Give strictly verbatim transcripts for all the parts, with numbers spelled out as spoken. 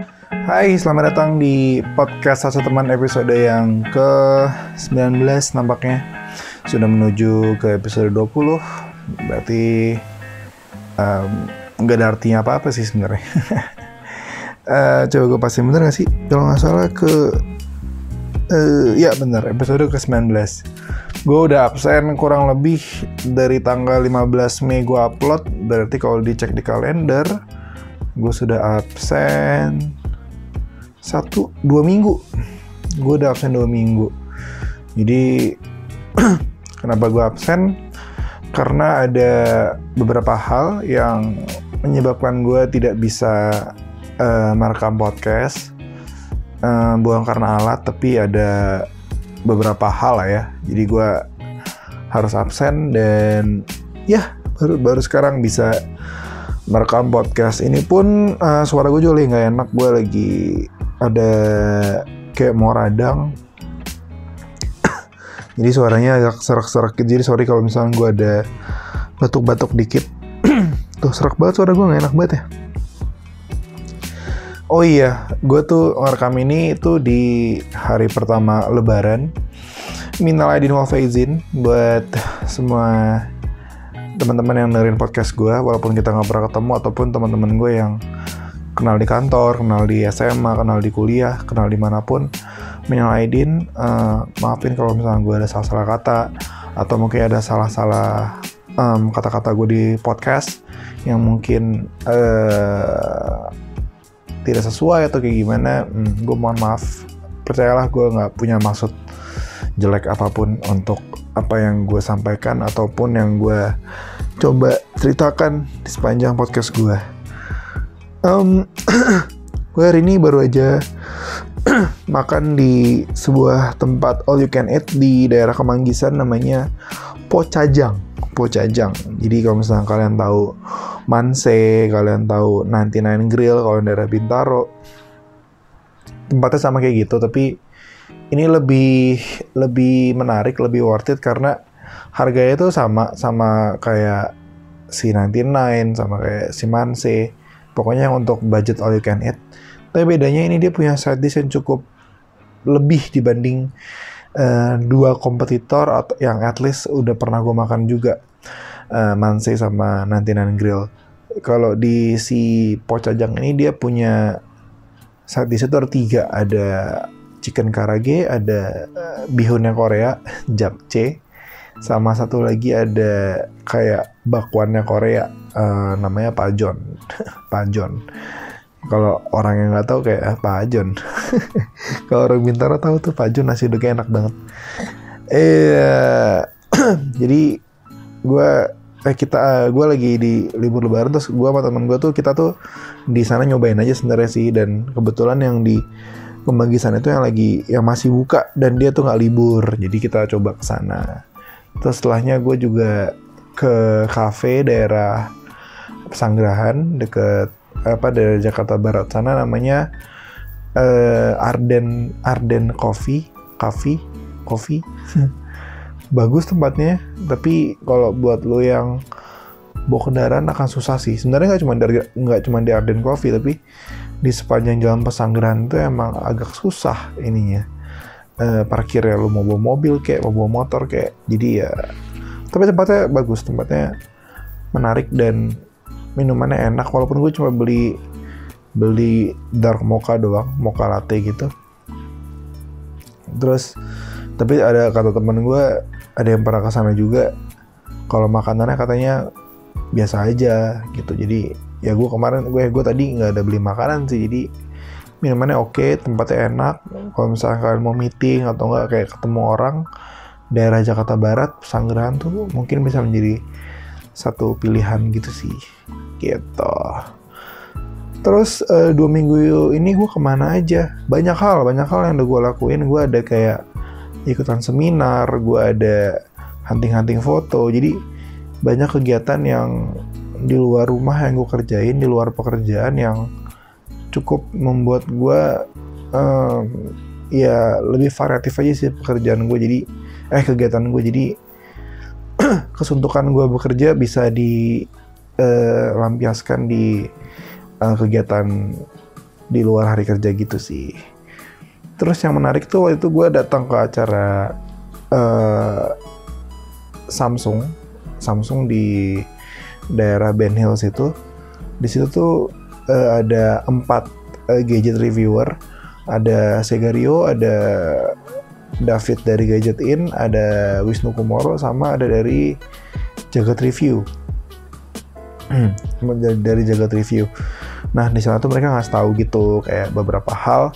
Hai, selamat datang di podcast Satu Teman episode yang ke sembilan belas nampaknya. Sudah menuju ke episode dua puluh. Berarti um, gak ada artinya apa-apa sih sebenarnya. uh, Coba gue pastiin bener gak sih? Kalau gak salah ke uh, Ya bener, episode ke sembilan belas. Gue udah absen kurang lebih dari tanggal lima belas Mei gue upload. Berarti kalau dicek di kalender, gue sudah absen satu dua minggu. Gue udah absen dua minggu. Jadi kenapa gue absen? Karena ada beberapa hal yang menyebabkan gue tidak bisa uh, merekam podcast. uh, Bukan karena alat, tapi ada beberapa hal lah ya. Jadi gue harus absen dan ya baru baru sekarang bisa merekam podcast ini pun. uh, suara gue juga lagi nggak enak. Gue lagi ada kayak mau radang. Jadi suaranya agak serak-serak. Jadi sorry kalau misalnya gue ada batuk-batuk dikit. Tuh serak banget suara gue, nggak enak banget ya. Oh iya, gue tuh ngerekam ini itu di hari pertama Lebaran. Minal aidin wal faizin buat semua teman-teman yang dengerin podcast gue, walaupun kita nggak pernah ketemu, ataupun teman-teman gue yang kenal di kantor, kenal di S M A, kenal di kuliah, kenal dimanapun. Minal aidin, uh, maafin kalau misalnya gue ada salah-salah kata, atau mungkin ada salah-salah um, kata-kata gue di podcast yang mungkin uh, tidak sesuai atau kayak gimana. hmm, Gue mohon maaf. Percayalah, gue gak punya maksud jelek apapun untuk apa yang gue sampaikan ataupun yang gue coba ceritakan di sepanjang podcast gue. um, Gue hari ini baru aja makan di sebuah tempat all you can eat di daerah Kemanggisan, namanya Pocajang. Pocajang. Jadi kalau misalnya kalian tahu Manse, kalian tahu sembilan puluh sembilan Grill kalau daerah Bintaro, tempatnya sama kayak gitu, tapi ini lebih lebih menarik, lebih worth it karena harganya itu sama sama kayak si sembilan puluh sembilan, sama kayak si Manse. Pokoknya yang untuk budget all you can eat. Tapi bedanya ini dia punya side dish yang cukup lebih dibanding uh, dua kompetitor atau yang at least udah pernah gue makan juga, uh, Manse sama sembilan puluh sembilan Grill. Kalau di si Pocajang ini dia punya side dish itu ada tiga. Ada chicken karage, ada uh, bihunnya Korea, japchae, sama satu lagi ada kayak bakwannya Korea, uh, namanya pajon. Pajon. Kalau orang yang nggak tahu kayak ah, pajon. Kalau orang Bintaro tahu tuh pajon, nasi uduknya enak banget. Eh, jadi gue eh kita uh, gue lagi di libur Lebaran, terus gue sama teman gue tuh kita tuh di sana nyobain aja sebenarnya sih, dan kebetulan yang di Kemanggisan itu yang lagi yang masih buka dan dia tuh nggak libur, jadi kita coba ke sana. Terus setelahnya gue juga ke kafe daerah Pesanggerahan deket apa dari Jakarta Barat sana, namanya uh, Arden Arden Coffee Coffee Coffee. Bagus tempatnya, tapi kalau buat lo yang bawa kendaraan akan susah sih. Sebenarnya nggak cuma di nggak cuma di Arden Coffee, tapi di sepanjang jalan Pesanggerahan itu emang agak susah ininya. Uh, parkirnya, lo mau bawa mobil kayak mau bawa motor kayak, jadi ya. Tapi tempatnya bagus, tempatnya menarik dan minumannya enak. Walaupun gue cuma beli beli dark mocha doang, mocha latte gitu. Terus tapi ada kata temen gue, ada yang pernah kesana juga, kalau makanannya katanya biasa aja gitu. Jadi ya gue kemarin gue gue tadi nggak ada beli makanan sih, jadi minumannya oke, tempatnya enak. Kalau misalnya kalian mau meeting atau nggak kayak ketemu orang daerah Jakarta Barat, Pesanggerahan tuh mungkin bisa menjadi satu pilihan gitu sih, gitu. Terus uh, dua minggu ini gue kemana aja? Banyak hal, banyak hal yang udah gue lakuin. Gue ada kayak ikutan seminar, gue ada hunting-hunting foto. Jadi banyak kegiatan yang di luar rumah yang gue kerjain, di luar pekerjaan, yang cukup membuat gue um, ya lebih variatif aja sih pekerjaan gue. Jadi eh kegiatan gue jadi kesuntukan gue bekerja bisa dilampiaskan uh, di uh, kegiatan di luar hari kerja gitu sih. Terus yang menarik tuh waktu itu gue datang ke acara uh, Samsung Samsung di daerah Ben Hills itu. Di situ tuh uh, ada empat uh, gadget reviewer, ada Segario, ada David dari Gadget In, ada Wisnu Kumoro, sama ada dari Jagat Review. dari Jagat Review. Nah di sana tuh mereka ngasih tahu gitu kayak beberapa hal,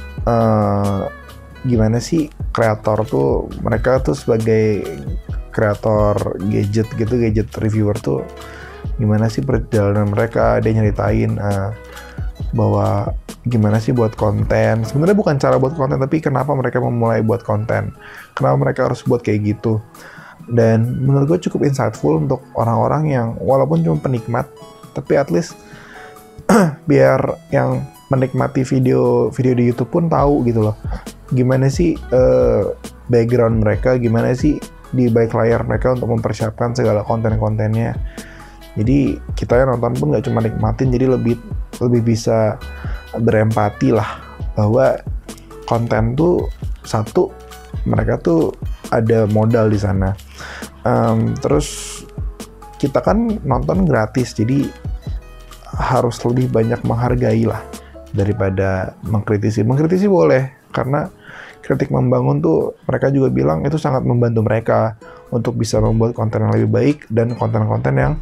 uh, gimana sih kreator tuh, mereka tuh sebagai kreator gadget gitu, gadget reviewer tuh gimana sih perjalanan mereka. Dia nyeritain uh, bahwa gimana sih buat konten. Sebenarnya bukan cara buat konten, tapi kenapa mereka memulai buat konten, kenapa mereka harus buat kayak gitu. Dan menurut gue cukup insightful untuk orang-orang yang walaupun cuma penikmat, tapi at least biar yang menikmati video video di YouTube pun tahu gitu loh, gimana sih uh, background mereka, gimana sih di balik layar mereka untuk mempersiapkan segala konten-kontennya. Jadi kita yang nonton pun nggak cuma nikmatin, jadi lebih lebih bisa berempati lah, bahwa konten tuh satu, mereka tuh ada modal di sana. Um, terus kita kan nonton gratis, jadi harus lebih banyak menghargai lah daripada mengkritisi. Mengkritisi boleh, karena kritik membangun tuh mereka juga bilang itu sangat membantu mereka untuk bisa membuat konten yang lebih baik dan konten-konten yang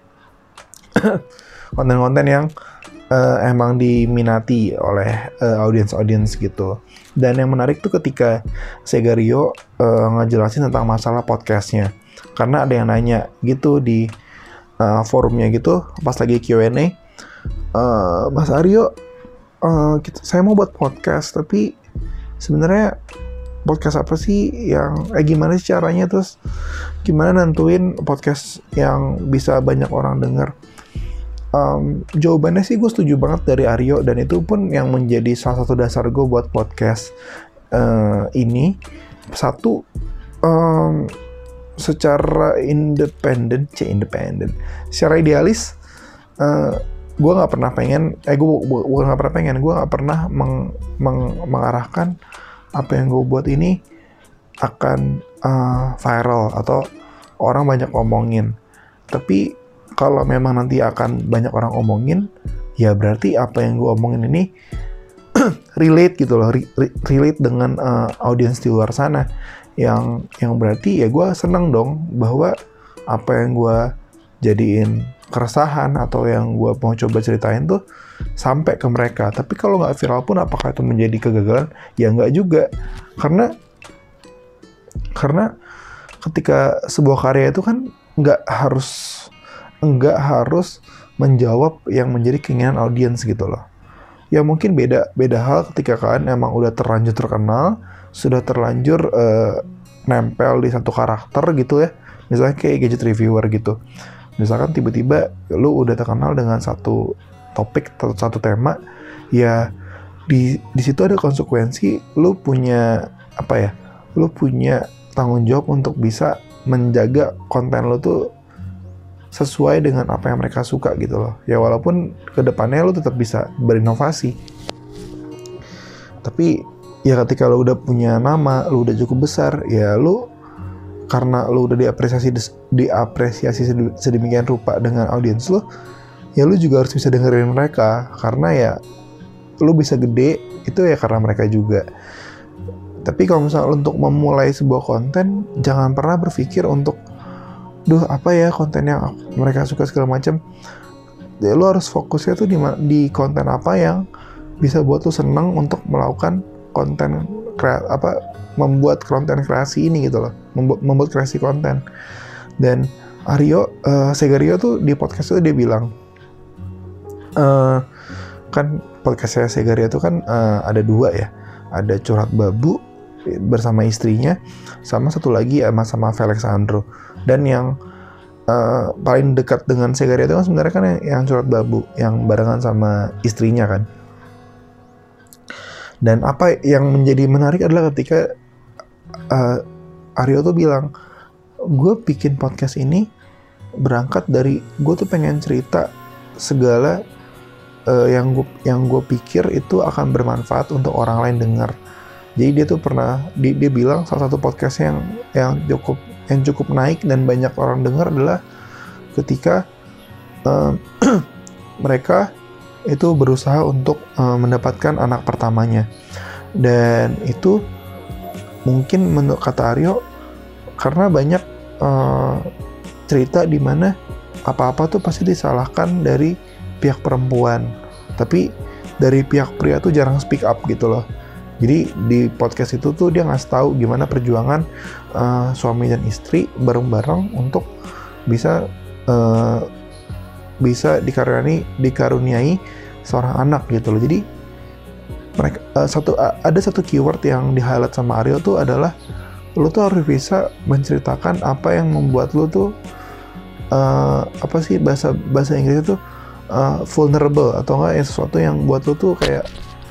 konten-konten yang uh, emang diminati oleh uh, audiens-audiens gitu. Dan yang menarik tuh ketika Segario uh, ngejelasin tentang masalah podcastnya, karena ada yang nanya gitu di uh, forumnya gitu pas lagi Q and A, uh, Mas Aryo, uh, kita, saya mau buat podcast, tapi sebenarnya podcast apa sih yang eh gimana sih caranya, terus gimana nentuin podcast yang bisa banyak orang denger. Um, jawabannya sih gue setuju banget dari Aryo, dan itu pun yang menjadi salah satu dasar gue buat podcast uh, ini. Satu, um, secara independen, c independen, secara idealis, uh, gue nggak pernah pengen, eh gue gue nggak pernah pengen, gue nggak pernah meng, meng, mengarahkan apa yang gue buat ini akan uh, viral atau orang banyak ngomongin. Tapi kalau memang nanti akan banyak orang omongin, ya berarti apa yang gue omongin ini relate gitu loh, re- relate dengan uh, audiens di luar sana. Yang yang berarti ya gue seneng dong bahwa apa yang gue jadiin keresahan atau yang gue mau coba ceritain tuh sampai ke mereka. Tapi kalau nggak viral pun apakah itu menjadi kegagalan? Ya nggak juga, karena karena ketika sebuah karya itu kan nggak harus nggak harus menjawab yang menjadi keinginan audiens gitu loh. Ya mungkin beda beda hal ketika kalian emang udah terlanjur terkenal, sudah terlanjur uh, nempel di satu karakter gitu ya. Misalnya kayak gadget reviewer gitu. Misalkan tiba-tiba lu udah terkenal dengan satu topik atau satu tema, ya di di situ ada konsekuensi. Lu punya apa ya? Lu punya tanggung jawab untuk bisa menjaga konten lu tuh sesuai dengan apa yang mereka suka gitu loh. Ya walaupun kedepannya lu tetap bisa berinovasi, tapi ya ketika lu udah punya nama, lu udah cukup besar, ya lu karena lu udah diapresiasi diapresiasi sedemikian rupa dengan audiens lu, ya lu juga harus bisa dengerin mereka, karena ya lu bisa gede itu ya karena mereka juga. Tapi kalau misalnya untuk memulai sebuah konten, jangan pernah berpikir untuk duh apa ya konten yang mereka suka segala macam. Ya, lu harus fokusnya tuh di, di konten apa yang bisa buat lu seneng untuk melakukan konten krea, apa membuat konten kreasi ini gitu loh, membuat, membuat kreasi konten. Dan Aryo uh, Segario tuh di podcast itu dia bilang, uh, kan podcastnya Segario tuh kan uh, ada dua ya, ada Curhat Babu bersama istrinya, sama satu lagi sama sama Felix Andro. Dan yang uh, paling dekat dengan Segario itu kan sebenarnya kan yang, yang Curhat Babu, yang barengan sama istrinya kan. Dan apa yang menjadi menarik adalah ketika uh, Aryo tuh bilang, gue bikin podcast ini berangkat dari gue tuh pengen cerita segala uh, yang gue yang gue pikir itu akan bermanfaat untuk orang lain dengar. Jadi dia tuh pernah dia, dia bilang salah satu podcast yang yang cukup yang cukup naik dan banyak orang dengar adalah ketika uh, mereka itu berusaha untuk uh, mendapatkan anak pertamanya. Dan itu mungkin menurut kata Aryo karena banyak uh, cerita di mana apa-apa tuh pasti disalahkan dari pihak perempuan, tapi dari pihak pria tuh jarang speak up gitu loh. Jadi di podcast itu tuh dia ngasih tahu gimana perjuangan uh, suami dan istri bareng-bareng untuk bisa uh, bisa dikaruniai dikaruniai seorang anak gitu loh. Jadi mereka uh, satu uh, ada satu keyword yang di highlight sama Aryo tuh adalah lu tuh harus bisa menceritakan apa yang membuat lu tuh uh, apa sih bahasa bahasa Inggrisnya tuh uh, vulnerable atau enggak ya sesuatu yang buat lu tuh kayak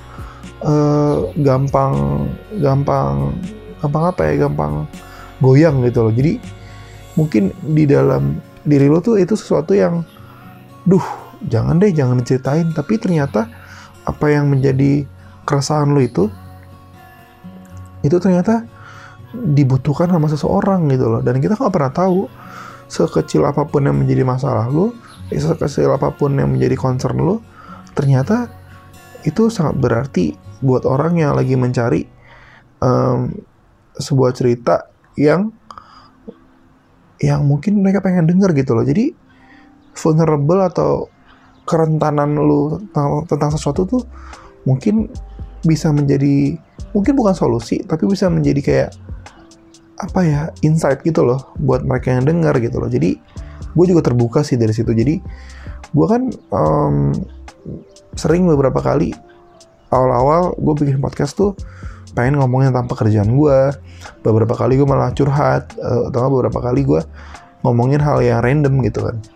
Uh, gampang gampang gampang apa ya gampang goyang gitu loh. Jadi mungkin di dalam diri lo tuh itu sesuatu yang duh jangan deh jangan diceritain, tapi ternyata apa yang menjadi keresahan lo itu itu ternyata dibutuhkan sama seseorang gitu loh. Dan kita nggak pernah tahu sekecil apapun yang menjadi masalah lo, sekecil apapun yang menjadi concern lo, ternyata itu sangat berarti buat orang yang lagi mencari um, sebuah cerita yang yang mungkin mereka pengen denger gitu loh. Jadi vulnerable atau kerentanan lu tentang, tentang sesuatu tuh mungkin bisa menjadi, mungkin bukan solusi, tapi bisa menjadi kayak apa ya, insight gitu loh buat mereka yang denger gitu loh. Jadi gue juga terbuka sih dari situ. Jadi gue kan um, sering beberapa kali awal-awal gue bikin podcast tuh pengen ngomongin tentang pekerjaan gue. Beberapa kali gue malah curhat, uh, atau beberapa kali gue ngomongin hal yang random gitu kan.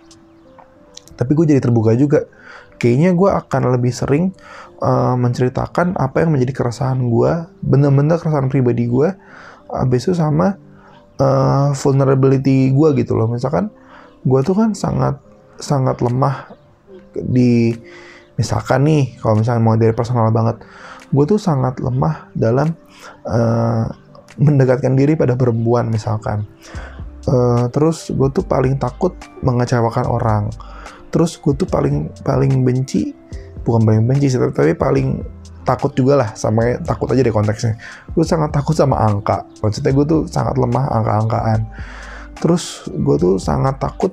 Tapi gue jadi terbuka juga. Kayaknya gue akan lebih sering uh, menceritakan apa yang menjadi keresahan gue, bener-bener keresahan pribadi gue, abis itu sama uh, vulnerability gue gitu loh. Misalkan gue tuh kan sangat sangat lemah di misalkan nih, kalau misalnya mau dari personal banget, gue tuh sangat lemah dalam uh, mendekatkan diri pada perempuan misalkan. Uh, terus gue tuh paling takut mengecewakan orang. Terus gue tuh paling paling benci, bukan paling benci sih, tapi paling takut juga lah, sama takut aja deh konteksnya. Gue sangat takut sama angka. Maksudnya gue tuh sangat lemah angka-angkaan. Terus gue tuh sangat takut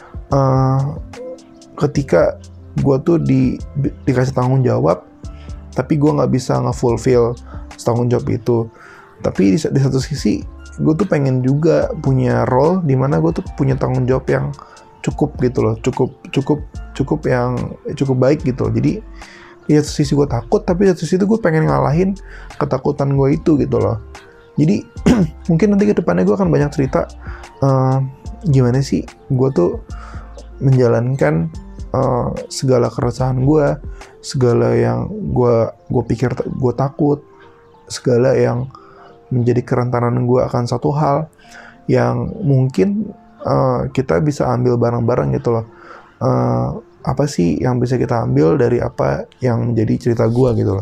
uh, ketika gue tuh di, di dikasih tanggung jawab, tapi gue nggak bisa nge-fulfill tanggung jawab itu. Tapi di, di satu sisi gue tuh pengen juga punya role di mana gue tuh punya tanggung jawab yang cukup gitu loh, cukup cukup cukup yang cukup baik gitu loh. Jadi di satu sisi gue takut, tapi di satu sisi gue pengen ngalahin ketakutan gue itu gitu loh. Jadi mungkin nanti ke depannya gue akan banyak cerita uh, gimana sih gue tuh menjalankan Uh, segala keresahan gue, segala yang gue gue pikir gue takut, segala yang menjadi kerentanan gue akan satu hal yang mungkin uh, kita bisa ambil bareng-bareng gitu loh. Uh, apa sih yang bisa kita ambil dari apa yang menjadi cerita gue gitu loh.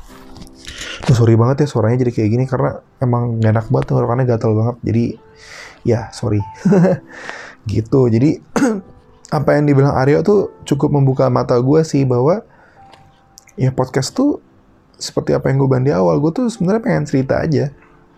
Tuh, sorry banget ya suaranya jadi kayak gini karena emang gak enak banget, tenggorokannya gatel banget. Jadi ya sorry. Gitu. Jadi apa yang dibilang Aryo tuh cukup membuka mata gue sih, bahwa ya podcast tuh seperti apa yang gue bilang di awal, gue tuh sebenarnya pengen cerita aja.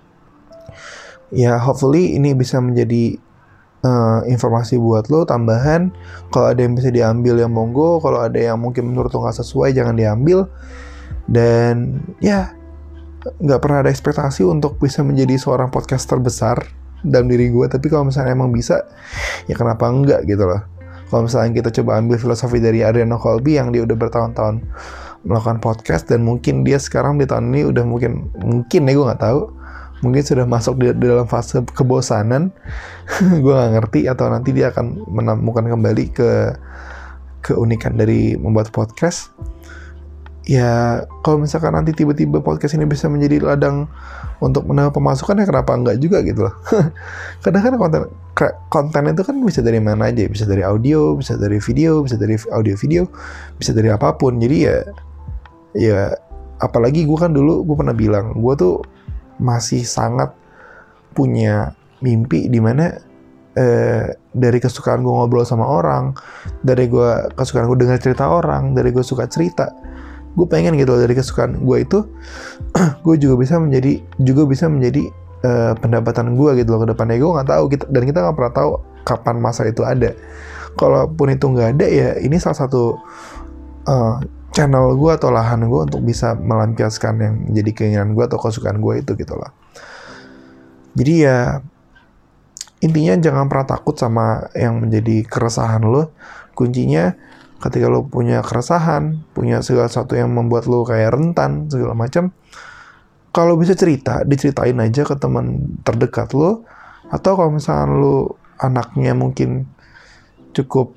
Ya hopefully ini bisa menjadi uh, informasi buat lo tambahan. Kalau ada yang bisa diambil ya monggo, kalau ada yang mungkin menurut lo gak sesuai jangan diambil. Dan ya gak pernah ada ekspektasi untuk bisa menjadi seorang podcaster besar dalam diri gue, tapi kalau misalnya emang bisa ya kenapa enggak gitu loh. Kalau misalnya kita coba ambil filosofi dari Adriano Colby yang dia udah bertahun-tahun melakukan podcast, dan mungkin dia sekarang di tahun ini udah mungkin mungkin ya gue nggak tahu, mungkin sudah masuk di, di dalam fase kebosanan. Gue nggak ngerti, atau nanti dia akan menemukan kembali ke keunikan dari membuat podcast. ya kalau misalkan nanti tiba-tiba podcast ini bisa menjadi ladang untuk menambah pemasukan, ya kenapa enggak juga gitu loh. Kadang kan konten konten itu kan bisa dari mana aja, bisa dari audio, bisa dari video, bisa dari audio video, bisa dari apapun. Jadi ya ya apalagi gue kan dulu gue pernah bilang gue tuh masih sangat punya mimpi di mana eh, dari kesukaan gue ngobrol sama orang, dari gue kesukaan gue dengar cerita orang, dari gue suka cerita, gue pengen gitu loh, dari kesukaan gue itu gue juga bisa menjadi juga bisa menjadi uh, pendapatan gue gitu loh ke depannya. Gue nggak tahu kita, dan kita nggak pernah tahu kapan masa itu ada. Kalaupun itu nggak ada, ya ini salah satu uh, channel gue atau lahan gue untuk bisa melampiaskan yang menjadi keinginan gue atau kesukaan gue itu gitu loh. Jadi ya intinya jangan pernah takut sama yang menjadi keresahan lo. Kuncinya ketika lo punya keresahan, punya segala sesuatu yang membuat lo kayak rentan, segala macam, kalau bisa cerita, diceritain aja ke teman terdekat lo. Atau kalau misalnya lo anaknya mungkin cukup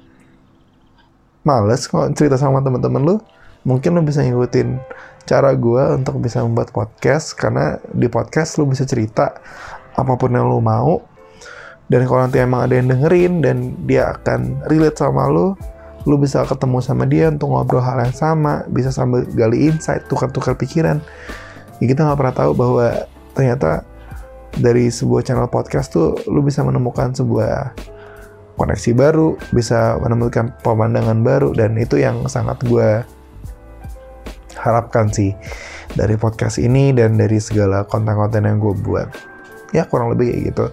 males kalau cerita sama teman-teman lo, mungkin lo bisa ngikutin cara gue untuk bisa membuat podcast. Karena di podcast lo bisa cerita apapun yang lo mau. Dan kalau nanti emang ada yang dengerin dan dia akan relate sama lo, lu bisa ketemu sama dia untuk ngobrol hal yang sama, bisa sambil gali insight, tukar-tukar pikiran. Ya, kita nggak pernah tahu bahwa ternyata dari sebuah channel podcast tuh lu bisa menemukan sebuah koneksi baru, bisa menemukan pemandangan baru, dan itu yang sangat gue harapkan sih dari podcast ini dan dari segala konten-konten yang gue buat. Ya kurang lebih kayak gitu.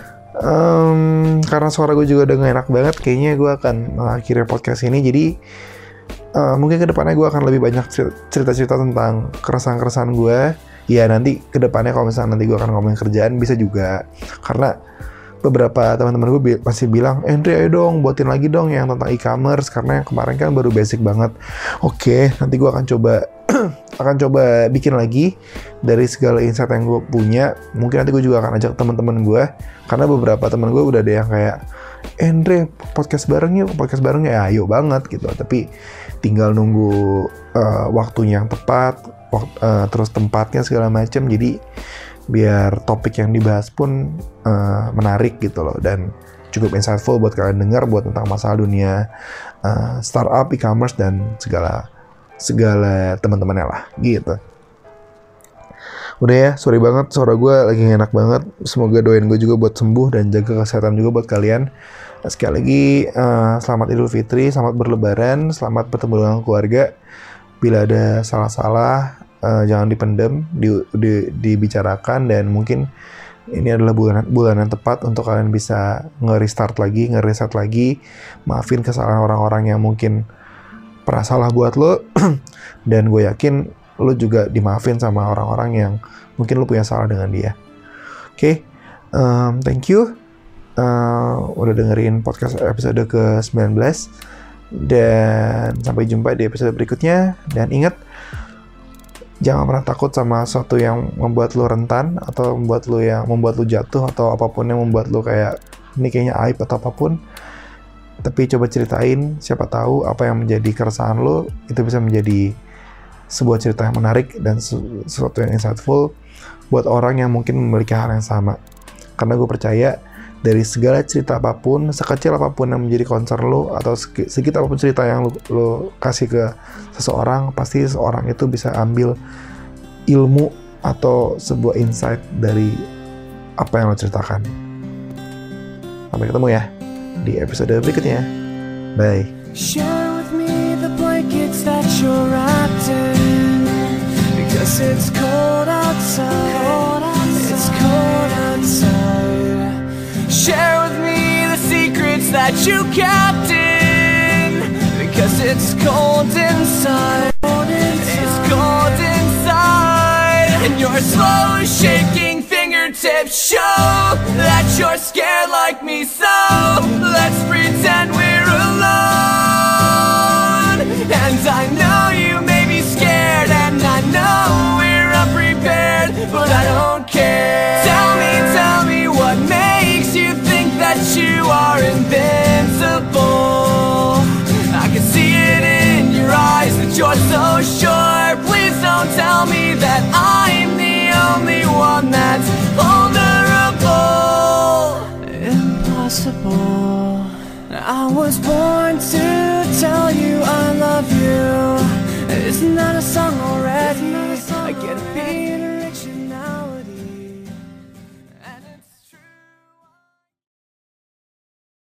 Um, karena suara gue juga udah gak enak banget, kayaknya gue akan mengakhiri podcast ini. Jadi uh, mungkin kedepannya gue akan lebih banyak cerita-cerita tentang keresahan-keresahan gue. Ya nanti kedepannya kalau misalnya nanti gue akan ngomongin kerjaan bisa juga. Karena beberapa teman-teman gue bi- masih bilang, Andre ayo dong buatin lagi dong yang tentang e-commerce, karena yang kemarin kan baru basic banget. Oke, nanti gue akan coba akan coba bikin lagi dari segala insight yang gue punya. Mungkin nanti gue juga akan ajak teman-teman gue, karena beberapa teman gue udah ada yang kayak, Andre podcast bareng yuk, podcast bareng ya, ayo banget gitu. Tapi tinggal nunggu uh, waktunya yang tepat, wakt- uh, terus tempatnya segala macam. Jadi biar topik yang dibahas pun uh, menarik gitu loh, dan cukup insightful buat kalian dengar, buat tentang masalah dunia uh, startup, e-commerce, dan segala segala teman-temannya lah gitu. Udah ya, sorry banget suara gue lagi gak enak banget. Semoga doain gue juga buat sembuh dan jaga kesehatan juga buat kalian. Sekali lagi uh, selamat Idul Fitri, selamat berlebaran, selamat bertemu dengan keluarga. Bila ada salah-salah uh, jangan dipendam, di, di, dibicarakan, dan mungkin ini adalah bulan bulan yang tepat untuk kalian bisa nge-restart lagi, nge-reset lagi. Maafin kesalahan orang-orang yang mungkin pernah salah buat lo, dan gue yakin lo juga dimaafin sama orang-orang yang mungkin lo punya salah dengan dia. Oke, okay? um, thank you uh, udah dengerin podcast episode ke sembilan belas, dan sampai jumpa di episode berikutnya. Dan ingat, jangan pernah takut sama sesuatu yang membuat lo rentan, atau membuat lo yang membuat lo jatuh, atau apapun yang membuat lo kayak ini kayaknya aib atau apapun. Tapi coba ceritain, siapa tahu apa yang menjadi keresahan lo itu bisa menjadi sebuah cerita yang menarik dan sesuatu yang insightful buat orang yang mungkin memiliki hal yang sama. Karena gue percaya dari segala cerita apapun, sekecil apapun yang menjadi concern lo, atau sedikit apapun cerita yang lo, lo kasih ke seseorang, pasti seseorang itu bisa ambil ilmu atau sebuah insight dari apa yang lo ceritakan. Sampai ketemu ya di episode berikutnya. Bye. Share with me the blankets that you're wrapped in, because it's cold outside. Cold outside. It's cold outside. Share with me the secrets that you kept in, because it's cold inside. Cold inside. It's cold inside. And your slowly shaking fingertips show that you're scared like me, so let's pretend we're alone. And I know you may be scared, and I know we're unprepared, but I don't care. Tell me, tell me what makes you think that you are invincible. I can see it in your eyes that you're so sure. tell me that I'm the only one that's vulnerable. Impossible. I was born to tell you I love you. Isn't that a song already?